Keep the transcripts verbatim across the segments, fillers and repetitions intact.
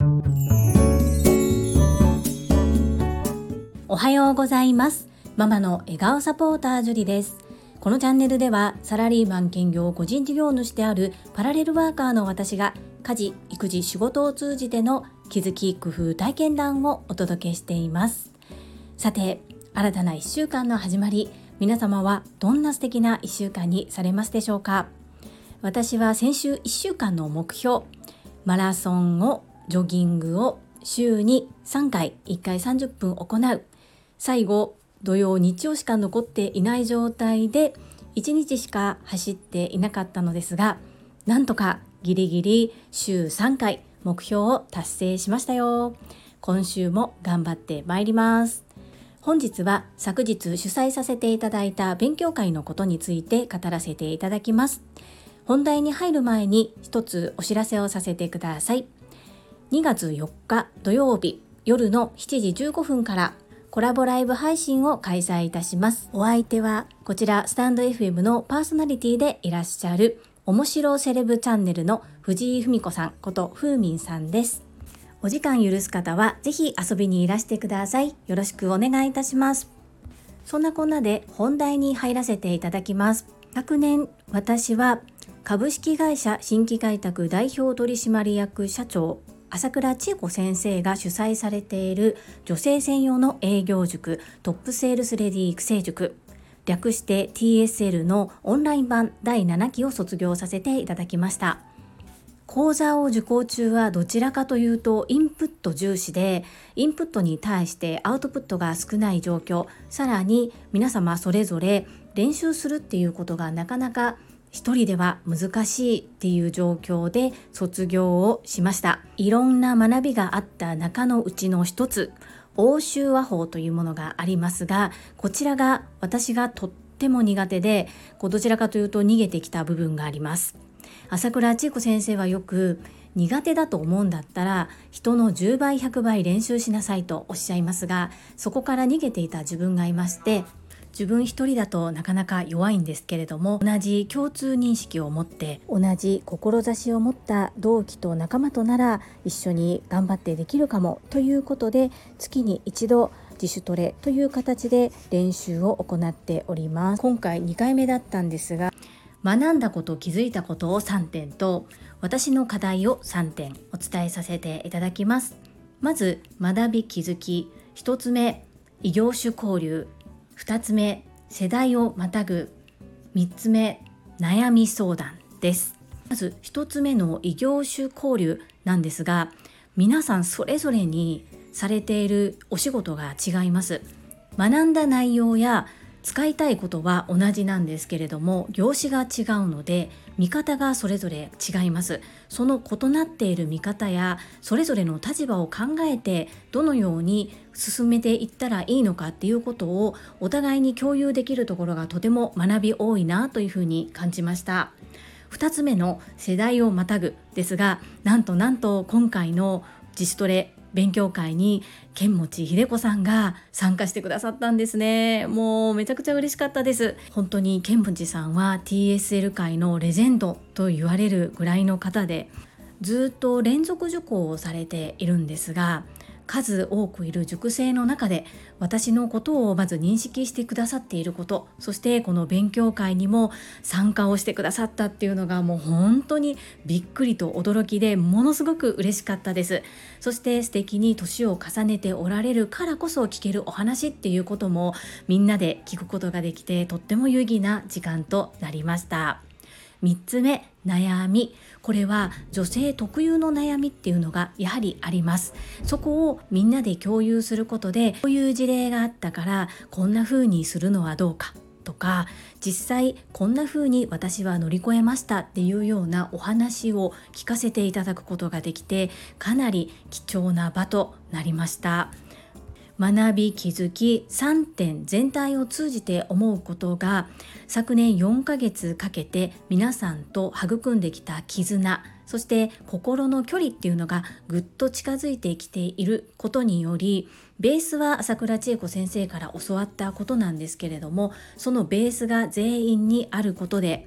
おはようございます。ママの笑顔サポータージュリです。このチャンネルではサラリーマン兼業個人事業主であるパラレルワーカーの私が家事、育児、仕事を通じての気づき、工夫、体験談をお届けしています。さて、新たないっしゅうかんの始まり、皆様はどんな素敵ないっしゅうかんにされますでしょうか。私は先週いっしゅうかんの目標、マラソンをジョギングを週にさんかい、いっかいさんじゅっぷん行う。最後、土曜日曜しか残っていない状態でいちにちしか走っていなかったのですが、なんとかギリギリ週さんかい目標を達成しましたよ。今週も頑張ってまいります。本日は昨日主催させていただいた勉強会のことについて語らせていただきます。本題に入る前に一つお知らせをさせてください。にがつよっか土曜日夜のしちじじゅうごふんからコラボライブ配信を開催いたします。お相手はこちらスタンド エフエム のパーソナリティでいらっしゃる面白セレブチャンネルの藤井文子さんことふーみんさんです。お時間許す方はぜひ遊びにいらしてください。よろしくお願いいたします。そんなこんなで本題に入らせていただきます。昨年私は株式会社新規開拓代表取締役社長朝倉千恵子先生が主催されている女性専用の営業塾トップセールスレディ育成塾、略して ティーエスエル のオンライン版だいななきを卒業させていただきました。講座を受講中はどちらかというとインプット重視で、インプットに対してアウトプットが少ない状況、さらに皆様それぞれ練習するっていうことがなかなか一人では難しいっていう状況で卒業をしました。いろんな学びがあった中のうちの一つ、欧州和法というものがありますが、こちらが私がとっても苦手で、こうどちらかというと逃げてきた部分があります。朝倉千恵子先生はよく、苦手だと思うんだったら人のじゅうばいひゃくばい練習しなさいとおっしゃいますが、そこから逃げていた自分がいまして、自分一人だとなかなか弱いんですけれども、同じ共通認識を持って同じ志を持った同期と仲間となら一緒に頑張ってできるかもということで、月に一度自主トレという形で練習を行っております。今回にかいめだったんですが、学んだこと、気づいたことをさんてんと私の課題をさんてんお伝えさせていただきます。まず学び気づき、ひとつめ異業種交流、ふたつめ世代をまたぐ、みっつめ悩み相談です。まずひとつめの異業種交流なんですが、皆さんそれぞれにされているお仕事が違います。学んだ内容や使いたいことは同じなんですけれども、業種が違うので見方がそれぞれ違います。その異なっている見方やそれぞれの立場を考えて、どのように進めていったらいいのかっていうことをお互いに共有できるところがとても学び多いなというふうに感じました。ふたつめの世代をまたぐですが、なんとなんと今回の自主トレ勉強会に剣持秀子さんが参加してくださったんですね。もうめちゃくちゃ嬉しかったです。本当に剣持さんは ティーエスエル 界のレジェンドと言われるぐらいの方で、ずっと連続受講をされているんですが、数多くいる塾生の中で私のことをまず認識してくださっていること、そしてこの勉強会にも参加をしてくださったっていうのがもう本当にびっくりと驚きで、ものすごく嬉しかったです。そして素敵に年を重ねておられるからこそ聞けるお話っていうこともみんなで聞くことができて、とっても有意義な時間となりました。みっつめ、悩み。これは女性特有の悩みっていうのがやはりあります。そこをみんなで共有することで、こういう事例があったからこんな風にするのはどうかとか、実際こんな風に私は乗り越えましたっていうようなお話を聞かせていただくことができて、かなり貴重な場となりました。学び気づきさんてん全体を通じて思うことが、昨年よんかげつかけて皆さんと育んできた絆、そして心の距離っていうのがぐっと近づいてきていることにより、ベースは朝倉千恵子先生から教わったことなんですけれども、そのベースが全員にあることで、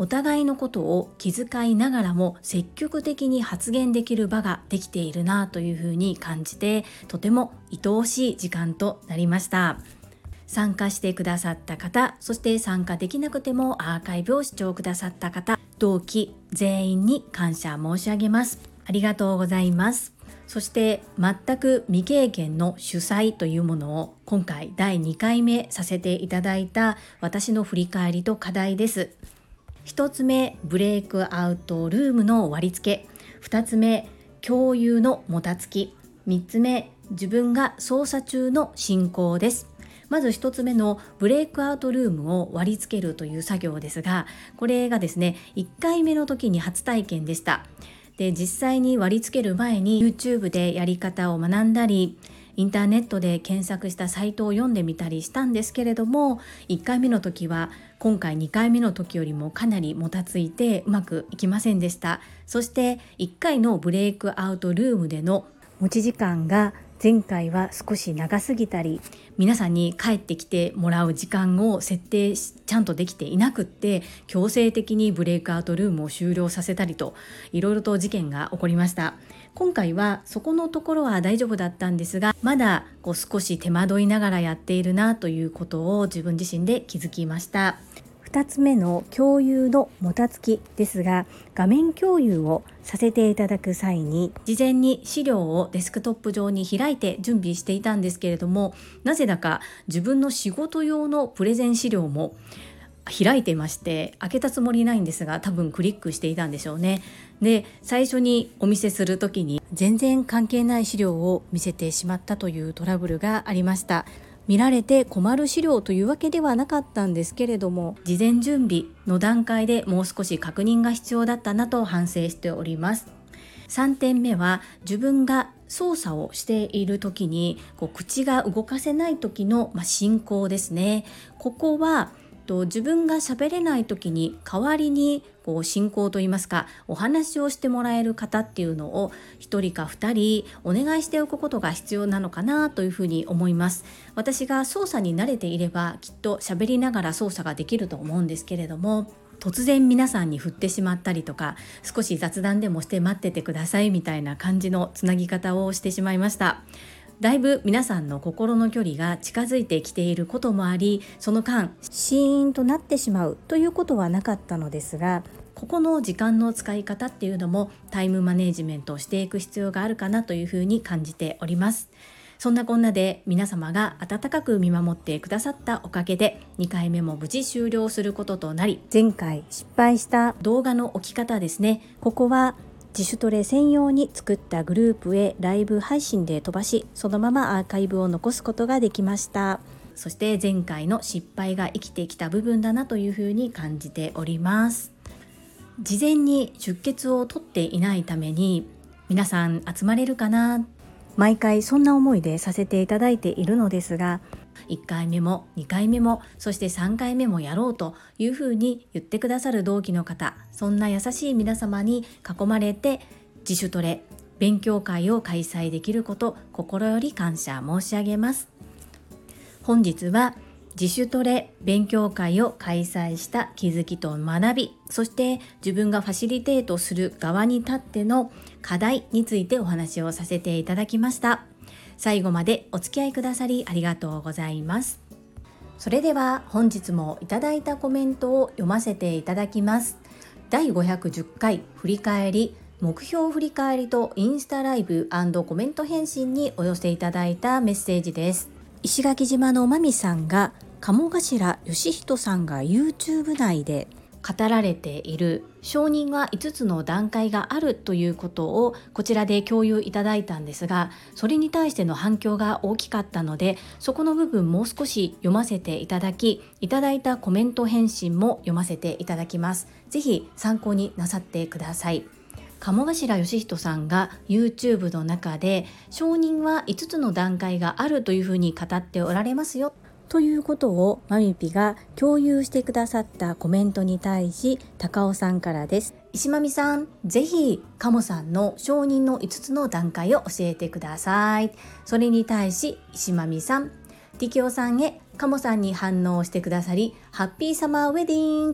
お互いのことを気遣いながらも積極的に発言できる場ができているなというふうに感じて、とても愛おしい時間となりました。参加してくださった方、そして参加できなくてもアーカイブを視聴くださった方、同期全員に感謝申し上げます。ありがとうございます。そして全く未経験の主催というものを今回だいにかいめさせていただいた私の振り返りと課題です。ひとつめ、ブレイクアウトルームの割り付け。ふたつめ、共有のもたつき。みっつめ、自分が操作中の進行です。まずひとつめのブレイクアウトルームを割り付けるという作業ですが、これがですね、いっかいめの時に初体験でした。で、実際に割り付ける前に YouTube でやり方を学んだり、インターネットで検索したサイトを読んでみたりしたんですけれども、いっかいめの時は今回にかいめの時よりもかなりもたついてうまくいきませんでした。そしていっかいのブレイクアウトルームでの持ち時間が前回は少し長すぎたり、皆さんに帰ってきてもらう時間を設定しちゃんとできていなくって、強制的にブレイクアウトルームを終了させたりと、いろいろと事件が起こりました。今回はそこのところは大丈夫だったんですが、まだこう少し手間取りながらやっているなということを自分自身で気づきました。ふたつめの共有のもたつきですが、画面共有をさせていただく際に事前に資料をデスクトップ上に開いて準備していたんですけれども、なぜだか自分の仕事用のプレゼン資料も開いてまして、開けたつもりないんですが、多分クリックしていたんでしょうね。で、最初にお見せする時に全然関係ない資料を見せてしまったというトラブルがありました。見られて困る資料というわけではなかったんですけれども、事前準備の段階でもう少し確認が必要だったなと反省しております。さんてんめは、自分が操作をしている時にこう口が動かせない時の、まあ、進行ですね。ここはと自分が喋れない時に代わりにこう進行といいますか、お話をしてもらえる方っていうのをひとりかふたりお願いしておくことが必要なのかなというふうに思います。私が操作に慣れていればきっと喋りながら操作ができると思うんですけれども、突然皆さんに振ってしまったりとか、少し雑談でもして待っててくださいみたいな感じのつなぎ方をしてしまいました。だいぶ皆さんの心の距離が近づいてきていることもあり、その間シーンとなってしまうということはなかったのですが、ここの時間の使い方っていうのもタイムマネジメントをしていく必要があるかなというふうに感じております。そんなこんなで皆様が温かく見守ってくださったおかげでにかいめも無事終了することとなり、前回失敗した動画の置き方ですね、ここは自主トレ専用に作ったグループへライブ配信で飛ばし、そのままアーカイブを残すことができました。そして前回の失敗が生きてきた部分だなというふうに感じております。事前に出欠を取っていないために皆さん集まれるかな、毎回そんな思いでさせていただいているのですが、いっかいめもにかいめもそしてさんかいめもやろうというふうに言ってくださる同期の方、そんな優しい皆様に囲まれて自主トレ勉強会を開催できること、心より感謝申し上げます。本日は自主トレ勉強会を開催した気づきと学び、そして自分がファシリテートする側に立っての課題についてお話をさせていただきました。最後までお付き合いくださりありがとうございます。それでは本日もいただいたコメントを読ませていただきます。だいごひゃくじゅっかい振り返り、目標振り返りとインスタライブ&コメント返信にお寄せいただいたメッセージです。石垣島のまみさんが、鴨頭義人さんが YouTube 内で語られている承認はいつつの段階があるということをこちらで共有いただいたんですが、それに対しての反響が大きかったので、そこの部分もう少し読ませていただき、いただいたコメント返信も読ませていただきます。ぜひ参考になさってください。鴨頭義人さんが YouTube の中で承認はいつつの段階があるというふうに語っておられますよということをまみぴが共有してくださったコメントに対し、高尾さんからです。石まみさん、ぜひ鴨さんの承認のいつつの段階を教えてください。それに対し石まみさん、ティキオさんへ鴨さんに反応してくださり、ハッピーサマーウェディング、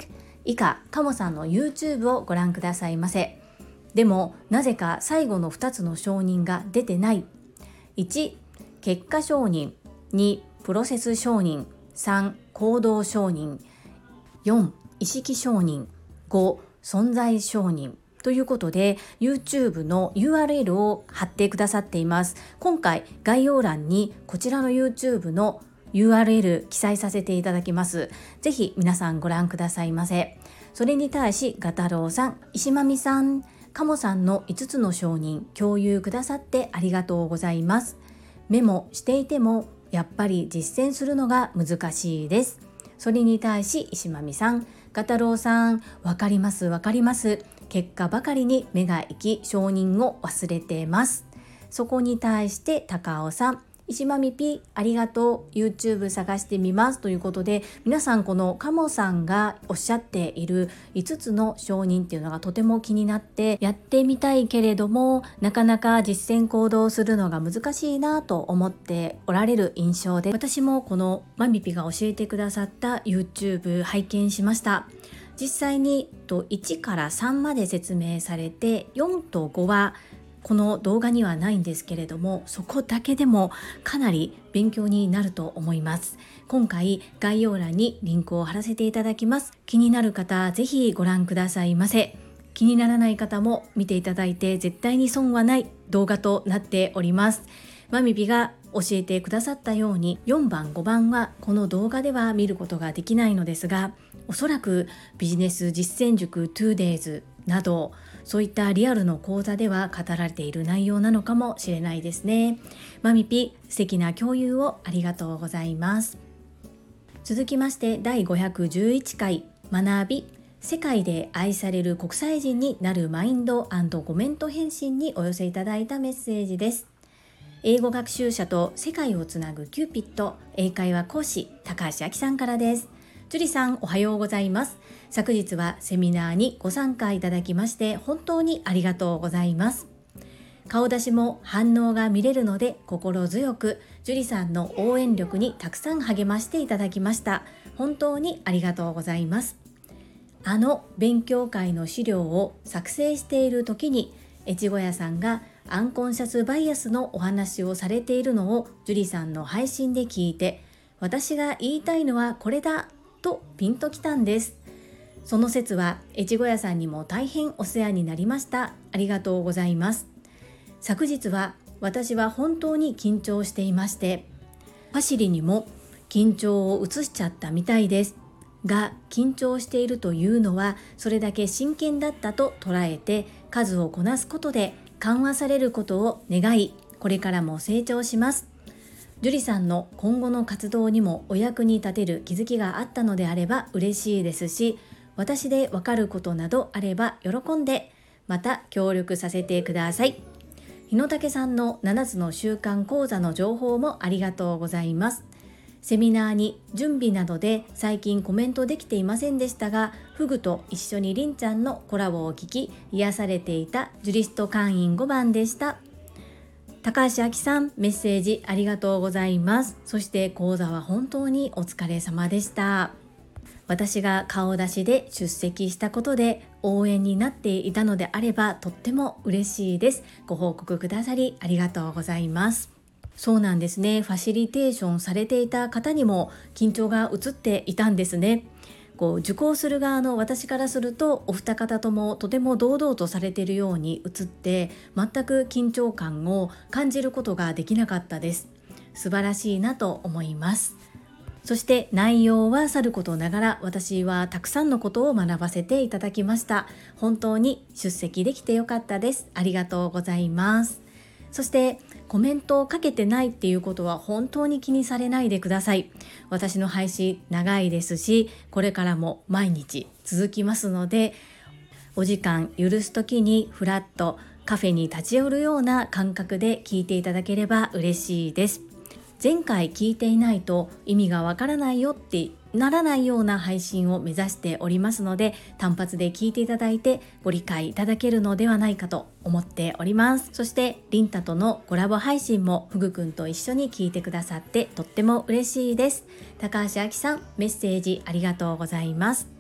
以下カモさんの YouTube をご覧くださいませ。でもなぜか最後のふたつの承認が出てない。いち結果承認、にプロセス承認、さん行動承認、よん意識承認、ご存在承認ということで YouTube の ユーアールエル を貼ってくださっています。今回概要欄にこちらの YouTube の ユーアールエル 記載させていただきます。ぜひ皆さんご覧くださいませ。それに対しガタロウさん、石まみさん、カモさんのいつつの承認共有くださってありがとうございます。メモしていてもやっぱり実践するのが難しいです。それに対し石まみさん、ガタロウさん、わかりますわかります。結果ばかりに目が行き承認を忘れてます。そこに対して高尾さん、石まみぴありがとう、 YouTube 探してみますということで、皆さんこのカモさんがおっしゃっているいつつの承認っていうのがとても気になってやってみたいけれどもなかなか実践行動するのが難しいなと思っておられる印象で、私もこのまみぴが教えてくださった YouTube 拝見しました。実際にいちからさんまで説明されて、よんとごはこの動画にはないんですけれども、そこだけでもかなり勉強になると思います。今回概要欄にリンクを貼らせていただきます。気になる方ぜひご覧くださいませ。気にならない方も見ていただいて絶対に損はない動画となっております。まみぴが教えてくださったようによんばんごばんはこの動画では見ることができないのですが、おそらくビジネス実践塾 ツーデイズ などそういったリアルの講座では語られている内容なのかもしれないですね。まみぴ、素敵な共有をありがとうございます。続きましてだいごひゃくじゅういっかい学び世界で愛される国際人になるマインド&コメント返信にお寄せいただいたメッセージです。英語学習者と世界をつなぐキューピット英会話講師高橋明さんからです。ジュリさん、おはようございます。昨日はセミナーにご参加いただきまして本当にありがとうございます。顔出しも反応が見れるので心強くジュリさんの応援力にたくさん励ましていただきました。本当にありがとうございます。あの勉強会の資料を作成している時に越後屋さんがアンコンシャスバイアスのお話をされているのをジュリさんの配信で聞いて、私が言いたいのはこれだとピンときたんです。その説は越後屋さんにも大変お世話になりました。ありがとうございます。昨日は私は本当に緊張していまして、パシリにも緊張を移しちゃったみたいですが、緊張しているというのはそれだけ真剣だったと捉えて数をこなすことで緩和されることを願い、これからも成長します。ジュリさんの今後の活動にもお役に立てる気づきがあったのであれば嬉しいですし、私でわかることなどあれば喜んでまた協力させてください。日野武さんのななつの習慣講座の情報もありがとうございます。セミナーに準備などで最近コメントできていませんでしたが、フグと一緒にりんちゃんのコラボを聞き癒されていたジュリスト会員ごばんでした。高橋明さん、メッセージありがとうございます。そして講座は本当にお疲れ様でした。私が顔出しで出席したことで応援になっていたのであればとっても嬉しいです。ご報告くださりありがとうございます。そうなんですね。ファシリテーションされていた方にも緊張が移っていたんですね。こう受講する側の私からするとお二方ともとても堂々とされているように映って全く緊張感を感じることができなかったです。素晴らしいなと思います。そして内容はさることながら私はたくさんのことを学ばせていただきました。本当に出席できてよかったです。ありがとうございます。そしてコメントをかけてないっていうことは本当に気にされないでください。私の配信長いですし、これからも毎日続きますので、お時間許すときにフラッとカフェに立ち寄るような感覚で聞いていただければ嬉しいです。前回聞いていないと意味がわからないよってならないような配信を目指しておりますので、単発で聞いていただいてご理解いただけるのではないかと思っております。そしてリンタとのコラボ配信もフグくんと一緒に聞いてくださってとっても嬉しいです。高橋明さん、メッセージありがとうございます。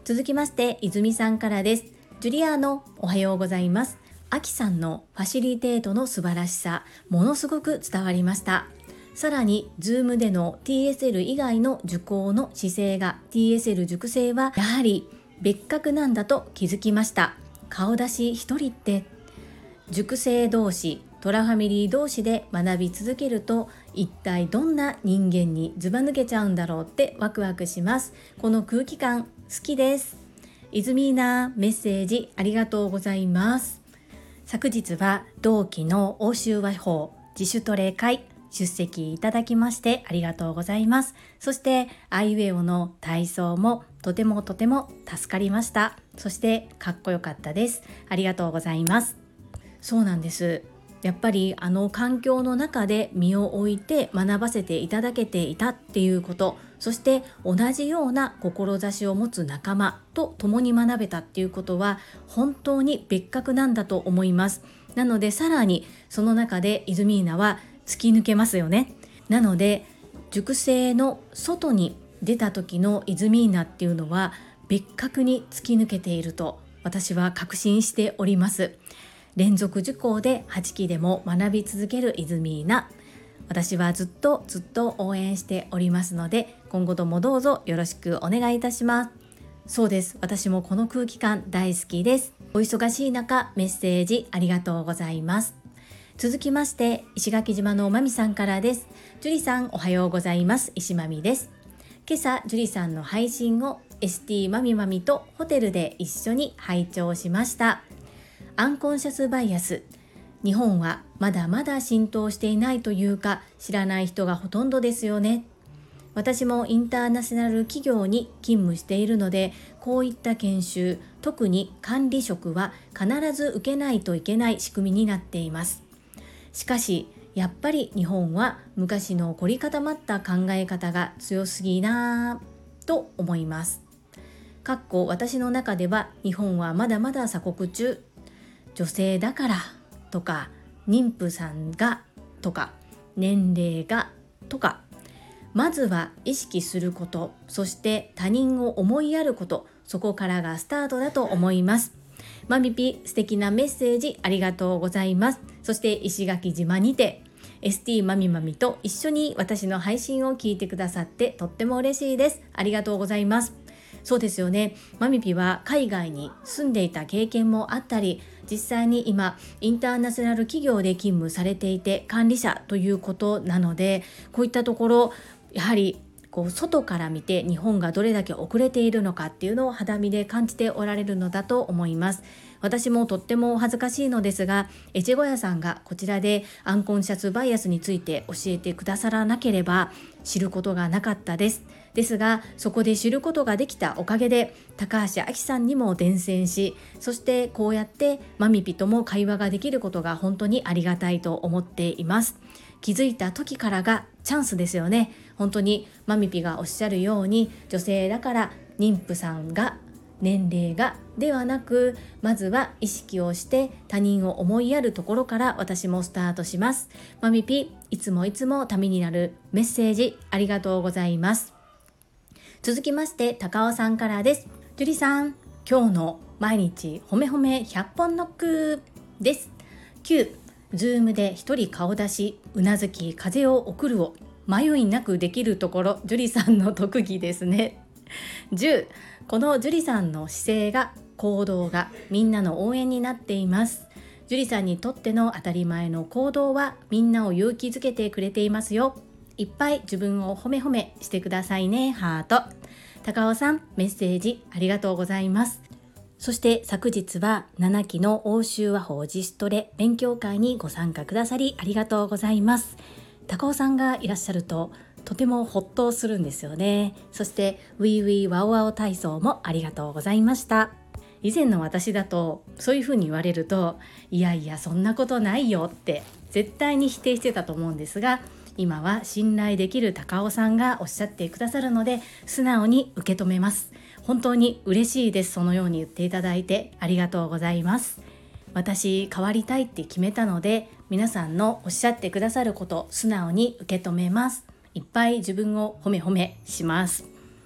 続きまして泉さんからです。ジュリアーノ、おはようございます。アキさんのファシリテートの素晴らしさ、ものすごく伝わりました。さらに Zoom での ティーエスエル 以外の受講の姿勢が ティーエスエル 塾生はやはり別格なんだと気づきました。顔出し一人って塾生同士、トラファミリー同士で学び続けると一体どんな人間にずば抜けちゃうんだろうってワクワクします。この空気感好きです。イズミーナ、メッセージありがとうございます。昨日は同期の欧州和法自主トレ会出席いただきましてありがとうございます。そしてアイウェオの体操もとてもとても助かりました。そしてかっこよかったです。ありがとうございます。そうなんです。やっぱりあの環境の中で身を置いて学ばせていただけていたっていうこと、そして同じような志を持つ仲間と共に学べたっていうことは本当に別格なんだと思います。なのでさらにその中でイズミーナは突き抜けますよね。なので塾生の外に出た時のイズミーナっていうのは別格に突き抜けていると私は確信しております。連続受講ではちきでも学び続けるイズミーナ、私はずっとずっと応援しておりますので今後ともどうぞよろしくお願いいたします。そうです、私もこの空気感大好きです。お忙しい中メッセージありがとうございます。続きまして石垣島のまみさんからです。ジュリさんおはようございます。石まみです。今朝ジュリさんの配信を エスティー まみまみとホテルで一緒に拝聴しました。アンコンシャスバイアス、日本はまだまだ浸透していないというか知らない人がほとんどですよね。私もインターナショナル企業に勤務しているのでこういった研修、特に管理職は必ず受けないといけない仕組みになっています。しかしやっぱり日本は昔の凝り固まった考え方が強すぎなぁと思います。かっこ私の中では日本はまだまだ鎖国中、女性だからとか妊婦さんがとか年齢がとか、まずは意識すること、そして他人を思いやること、そこからがスタートだと思います。まみぴ、素敵なメッセージありがとうございます。そして石垣島にて エスティー まみまみと一緒に私の配信を聞いてくださってとっても嬉しいです。ありがとうございます。そうですよね。まみぴは海外に住んでいた経験もあったり、実際に今インターナショナル企業で勤務されていて管理者ということなので、こういったところやはりこう外から見て日本がどれだけ遅れているのかっていうのを肌身で感じておられるのだと思います。私もとってもお恥ずかしいのですが、越後屋さんがこちらでアンコンシャスバイアスについて教えてくださらなければ知ることがなかったです。ですがそこで知ることができたおかげで高橋明さんにも伝染し、そしてこうやってマミピとも会話ができることが本当にありがたいと思っています。気づいた時からがチャンスですよね。本当にマミピがおっしゃるように、女性だから妊婦さんが年齢がではなく、まずは意識をして他人を思いやるところから私もスタートします。マミピ、いつもいつもためになるメッセージありがとうございます。続きまして高尾さんからです。ジュリさん、今日の毎日ほめほめひゃっぽんノックです。きゅう、ズームで一人顔出し、うなずき、風を送るを迷いなくできるところ、ジュリさんの特技ですね。じゅう、このジュリさんの姿勢が行動がみんなの応援になっています。ジュリさんにとっての当たり前の行動はみんなを勇気づけてくれていますよ。いっぱい自分を褒め褒めしてくださいね、ハート。高尾さん、メッセージありがとうございます。そして昨日はななきの欧州和法自主トレ勉強会にご参加くださりありがとうございます。高尾さんがいらっしゃるととてもほっとするんですよね。そしてウィーウィーワオワオ体操もありがとうございました。以前の私だとそういうふうに言われると、いやいやそんなことないよって絶対に否定してたと思うんですが、今は信頼できる高尾さんがおっしゃってくださるので素直に受け止めます。本当に嬉しいです。そのように言っていただいてありがとうございます。私変わりたいって決めたので、皆さんのおっしゃってくださること素直に受け止めます。いっぱい自分を褒め褒めします。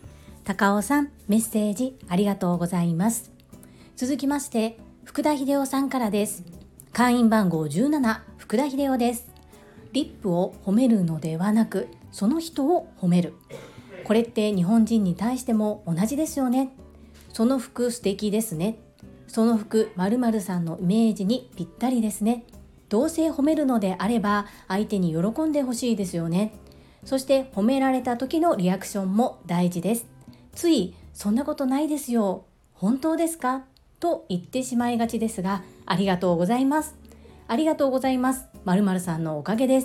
高尾さん、メッセージありがとうございます。続きまして福田秀夫さんからです。会員番号じゅうなな、福田秀夫です。リップを褒めるのではなく、その人を褒める。これって日本人に対しても同じですよね。その服素敵ですね。その服〇〇さんのイメージにぴったりですね。どうせ褒めるのであれば相手に喜んでほしいですよね。そして褒められた時のリアクションも大事です。ついそんなことないですよ、本当ですかと言ってしまいがちですが、ありがとうございます。ありがとうございます。〇〇さんのおかげです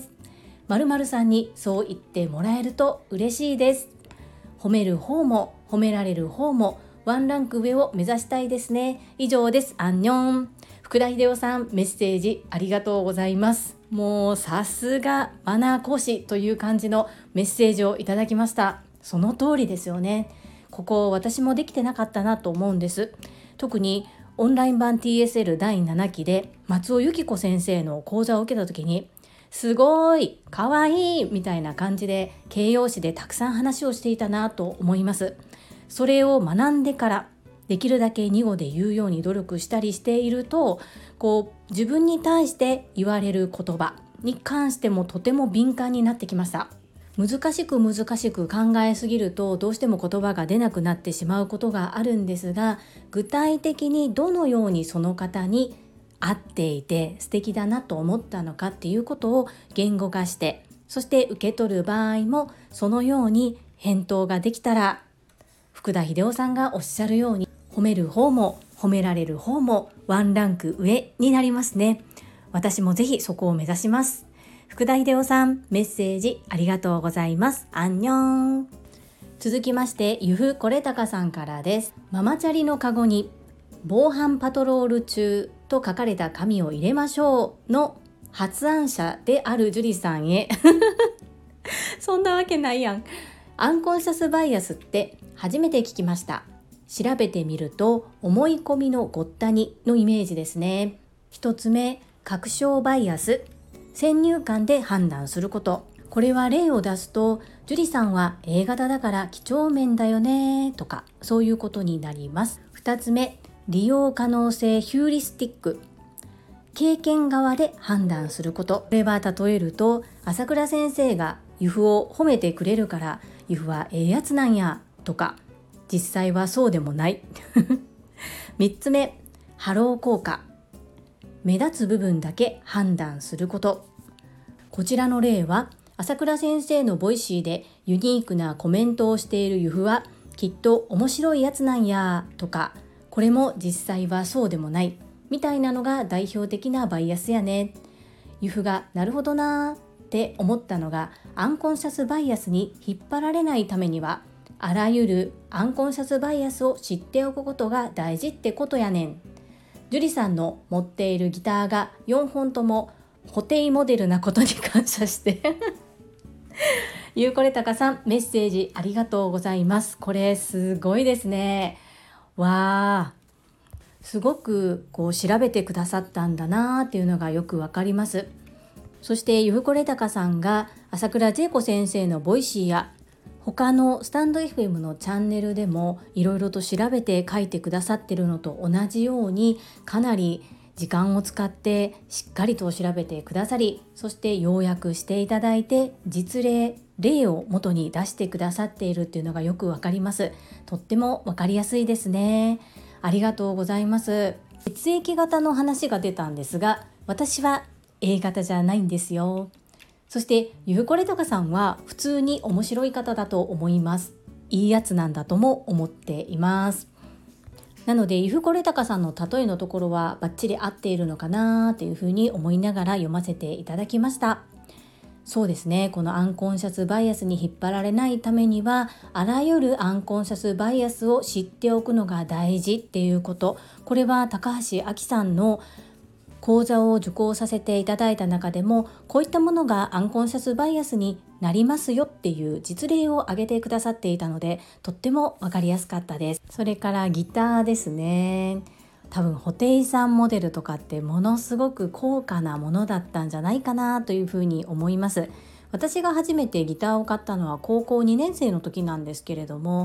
。〇〇さんにそう言ってもらえると嬉しいです。褒める方も褒められる方もワンランク上を目指したいですね。以上です。アンニョン。福田秀夫さん、メッセージありがとうございます。もうさすがマナー講師という感じのメッセージをいただきました。その通りですよね。ここ私もできてなかったなと思うんです。特にオンライン版 ティーエスエル だいななきで松尾由紀子先生の講座を受けた時に、すごい、かわいいみたいな感じで形容詞でたくさん話をしていたなと思います。それを学んでからできるだけに語で言うように努力したりしていると、こう自分に対して言われる言葉に関してもとても敏感になってきました。難しく難しく考えすぎるとどうしても言葉が出なくなってしまうことがあるんですが、具体的にどのようにその方に合っていて素敵だなと思ったのかっていうことを言語化して、そして受け取る場合もそのように返答ができたら、福田秀夫さんがおっしゃるように褒める方も褒められる方もワンランク上になりますね。私もぜひそこを目指します。福田秀夫さん、メッセージありがとうございます。アンニョン。続きましてゆふこれたかさんからです。ママチャリのカゴに防犯パトロール中と書かれた紙を入れましょうの発案者であるジュリさんへそんなわけないやん。アンコンシャスバイアスって初めて聞きました。調べてみると思い込みのごったにのイメージですね。一つ目、確証バイアス、先入観で判断すること。これは例を出すと、ジュリさんは A 型だから几帳面だよねとか、そういうことになります。二つ目、利用可能性ヒューリスティック、経験側で判断すること。これは例えると、朝倉先生がユフを褒めてくれるからユフはええやつなんやとか、実際はそうでもない三つ目、ハロー効果、目立つ部分だけ判断すること。こちらの例は、朝倉先生のボイシーでユニークなコメントをしているユフはきっと面白いやつなんやとか、これも実際はそうでもないみたいなのが代表的なバイアスやね。ユフがなるほどなーって思ったのが、アンコンシャスバイアスに引っ張られないためには、あらゆるアンコンシャスバイアスを知っておくことが大事ってことやねん。ジュリさんの持っているギターがよんほんとも固定モデルなことに感謝してゆうこれたかさん、メッセージありがとうございます。これすごいですね。わー、すごくこう調べてくださったんだなーっていうのがよくわかります。そしてゆうこれたかさんが朝倉千恵子先生のボイシーや他のスタンド エフエム のチャンネルでもいろいろと調べて書いてくださってるのと同じように、かなり時間を使ってしっかりと調べてくださり、そして要約していただいて実例例を元に出してくださっているっていうのがよくわかります。とってもわかりやすいですね。ありがとうございます。血液型の話が出たんですが、私は A 型じゃないんですよ。そしてゆうこれとかさんは普通に面白い方だと思います。いいやつなんだとも思っています。なのでゆうこれたかさんの例えのところはバッチリ合っているのかなというふうに思いながら読ませていただきました。そうですね、このアンコンシャスバイアスに引っ張られないためには、あらゆるアンコンシャスバイアスを知っておくのが大事っていうこと。これは高橋明さんの講座を受講させていただいた中でも、こういったものがアンコンシャスバイアスになりますよっていう実例を挙げてくださっていたので、とっても分かりやすかったです。それからギターですね。多分布袋さんモデルとかってものすごく高価なものだったんじゃないかなというふうに思います。私が初めてギターを買ったのは高校にねん生の時なんですけれども、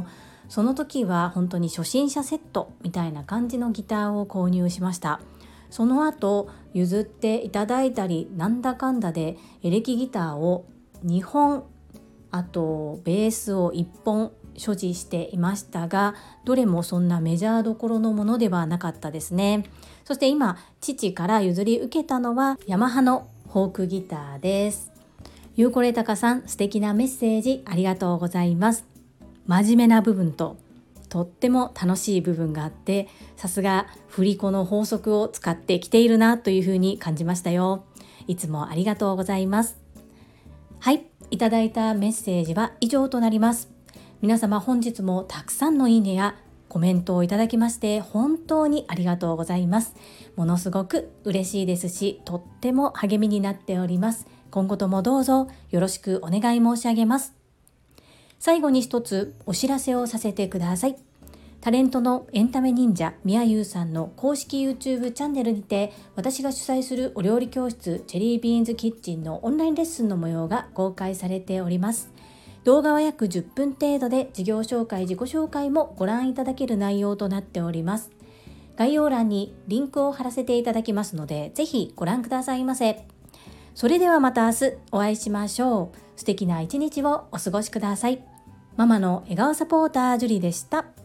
その時は本当に初心者セットみたいな感じのギターを購入しました。その後譲っていただいたりなんだかんだでエレキギターをにほん、あとベースをいっぽん所持していましたが、どれもそんなメジャーどころのものではなかったですね。そして今父から譲り受けたのはヤマハのフォークギターです。ゆうこれたかさん、素敵なメッセージありがとうございます。真面目な部分ととっても楽しい部分があって、さすが振り子の法則を使ってきているなというふうに感じましたよ。いつもありがとうございます。はい、いただいたメッセージは以上となります。皆様本日もたくさんのいいねやコメントをいただきまして本当にありがとうございます。ものすごく嬉しいですし、とっても励みになっております。今後ともどうぞよろしくお願い申し上げます。最後に一つお知らせをさせてください。タレントのエンタメ忍者みやゆうさんの公式 YouTube チャンネルにて、私が主催するお料理教室チェリービーンズキッチンのオンラインレッスンの模様が公開されております。動画は約じゅっぷん程度で、事業紹介、自己紹介もご覧いただける内容となっております。概要欄にリンクを貼らせていただきますので、ぜひご覧くださいませ。それではまた明日お会いしましょう。素敵な一日をお過ごしください。ママの笑顔サポータージュリでした。